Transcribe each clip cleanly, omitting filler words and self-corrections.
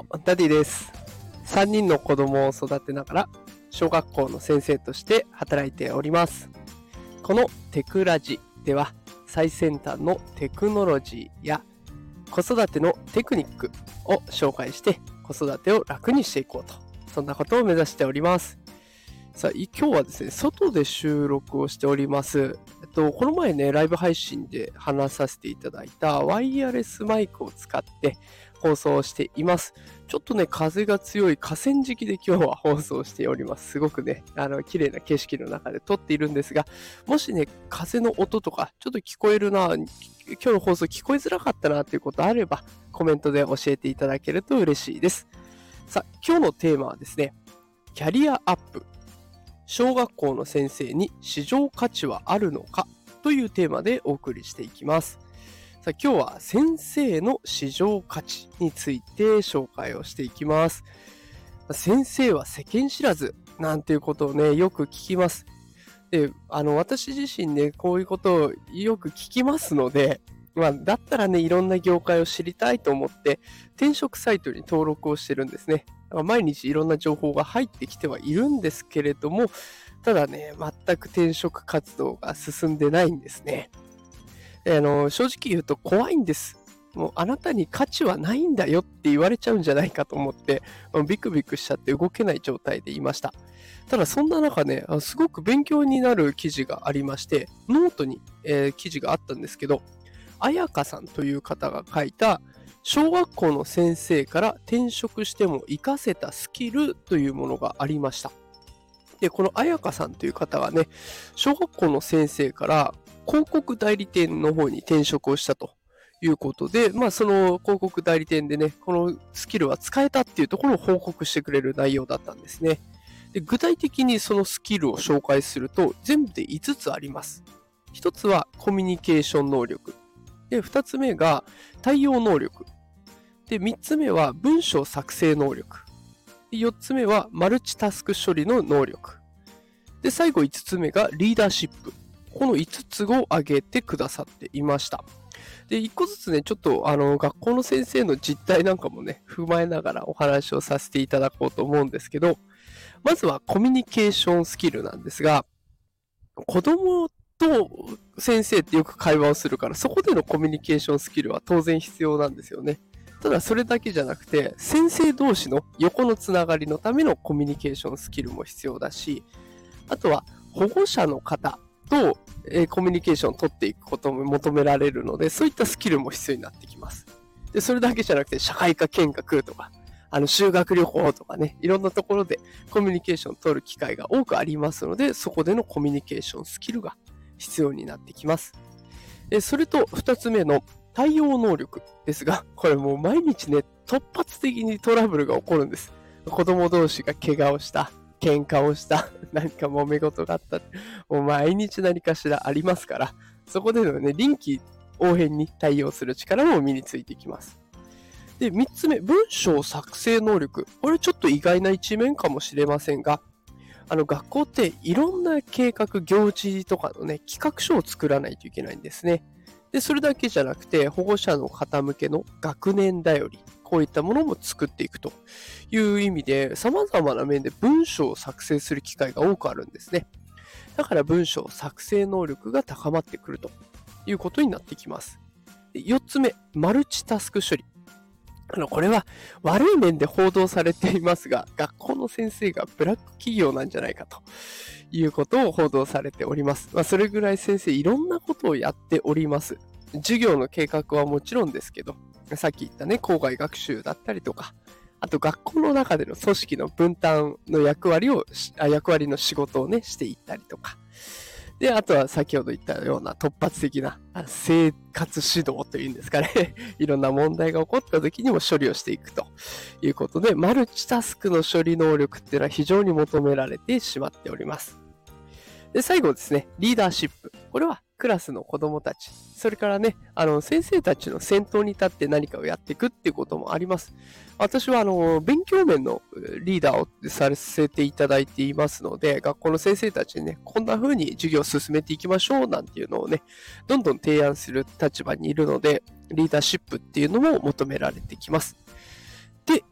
ダディです。3人の子供を育てながら小学校の先生として働いております。このテクラジでは最先端のテクノロジーや子育てのテクニックを紹介して子育てを楽にしていこうと、そんなことを目指しております。さあ、今日はですね、外で収録をしております。この前ね、ライブ配信で話させていただいたワイヤレスマイクを使って放送しています。ちょっとね、風が強い河川敷で今日は放送しております。すごくね、綺麗な景色の中で撮っているんですが、もしね、風の音とかちょっと聞こえるな、今日の放送聞こえづらかったなということあれば、コメントで教えていただけると嬉しいです。さあ、今日のテーマはですね、キャリアアップ。小学校の先生に市場価値はあるのかというテーマでお送りしていきます。さあ、今日は先生の市場価値について紹介をしていきます。先生は世間知らずなんていうことをね、よく聞きます。で、私自身ね、こういうことをよく聞きますので、だったらね、いろんな業界を知りたいと思って転職サイトに登録をしてるんですね。毎日いろんな情報が入ってきてはいるんですけれども、ただね、全く転職活動が進んでないんですね。正直言うと怖いんです。もうあなたに価値はないんだよって言われちゃうんじゃないかと思って、ビクビクしちゃって動けない状態でいました。ただそんな中ね、すごく勉強になる記事がありまして、ノートに、記事があったんですけど、彩香さんという方が書いた小学校の先生から転職しても活かせたスキルというものがありました。で、この彩香さんという方はね、小学校の先生から広告代理店の方に転職をしたということで、その広告代理店でね、このスキルは使えたっていうところを報告してくれる内容だったんですね。で、具体的にそのスキルを紹介すると、全部で5つあります。1つはコミュニケーション能力。で、2つ目が対応能力。で、3つ目は文章作成能力。で、4つ目はマルチタスク処理の能力。で、最後5つ目がリーダーシップ。この5つを挙げてくださっていました。で、1個ずつね、ちょっと学校の先生の実態なんかもね、踏まえながらお話をさせていただこうと思うんですけど、まずはコミュニケーションスキルなんですが、子供と先生ってよく会話をするから、そこでのコミュニケーションスキルは当然必要なんですよね。ただそれだけじゃなくて、先生同士の横のつながりのためのコミュニケーションスキルも必要だし、あとは保護者の方とコミュニケーションを取っていくことも求められるので、そういったスキルも必要になってきます。で、それだけじゃなくて、社会科見学とか、修学旅行とかね、いろんなところでコミュニケーションを取る機会が多くありますので、そこでのコミュニケーションスキルが必要になってきます。それと2つ目の対応能力ですが、これもう毎日ね、突発的にトラブルが起こるんです。子供同士が怪我をした、喧嘩をした、何か揉め事があった、もう毎日何かしらありますから、そこでのね、臨機応変に対応する力も身についてきます。で、3つ目、文章作成能力。これちょっと意外な一面かもしれませんが、学校っていろんな計画、行事とかのね、企画書を作らないといけないんですね。で、それだけじゃなくて、保護者の方向けの学年だより、こういったものも作っていくという意味で、様々な面で文章を作成する機会が多くあるんですね。だから文章作成能力が高まってくるということになってきます。で、4つ目、マルチタスク処理。これは悪い面で報道されていますが、学校の先生がブラック企業なんじゃないかということを報道されております。それぐらい先生いろんなことをやっております。授業の計画はもちろんですけど、さっき言ったね、校外学習だったりとか、あと学校の中での組織の分担の役割の仕事をね、していったりとか、で、あとは先ほど言ったような突発的な生活指導というんですかね。いろんな問題が起こった時にも処理をしていくということで、マルチタスクの処理能力っていうのは非常に求められてしまっております。で、最後ですね、リーダーシップ。これはクラスの子供たち、それからね、先生たちの先頭に立って何かをやっていくっていうこともあります。私は勉強面のリーダーをさせていただいていますので、学校の先生たちにね、こんな風に授業を進めていきましょうなんていうのをね、どんどん提案する立場にいるので、リーダーシップっていうのも求められてきます。で、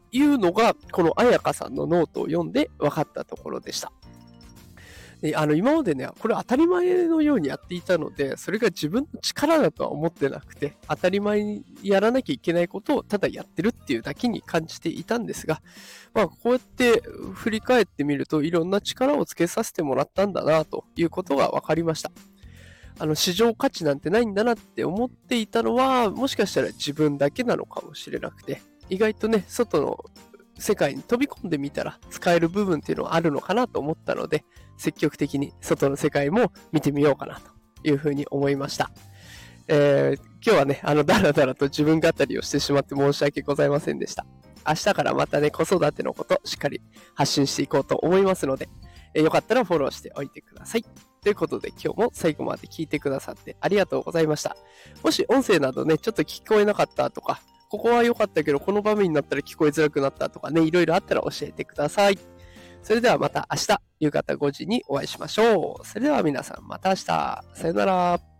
いうのが、この彩香さんのノートを読んで分かったところでした。で今までね、これ当たり前のようにやっていたので、それが自分の力だとは思ってなくて、当たり前にやらなきゃいけないことをただやってるっていうだけに感じていたんですが、こうやって振り返ってみると、いろんな力をつけさせてもらったんだなということが分かりました。市場価値なんてないんだなって思っていたのは、もしかしたら自分だけなのかもしれなくて、意外とね、外の世界に飛び込んでみたら使える部分っていうのはあるのかなと思ったので、積極的に外の世界も見てみようかなというふうに思いました。今日はね、だらだらと自分語りをしてしまって申し訳ございませんでした。明日からまたね、子育てのことしっかり発信していこうと思いますので、よかったらフォローしておいてください。ということで今日も最後まで聞いてくださってありがとうございました。もし音声などね、ちょっと聞こえなかったとか、ここは良かったけど、この場面になったら聞こえづらくなったとかね、いろいろあったら教えてください。それではまた明日、夕方5時にお会いしましょう。それでは皆さんまた明日。さよなら。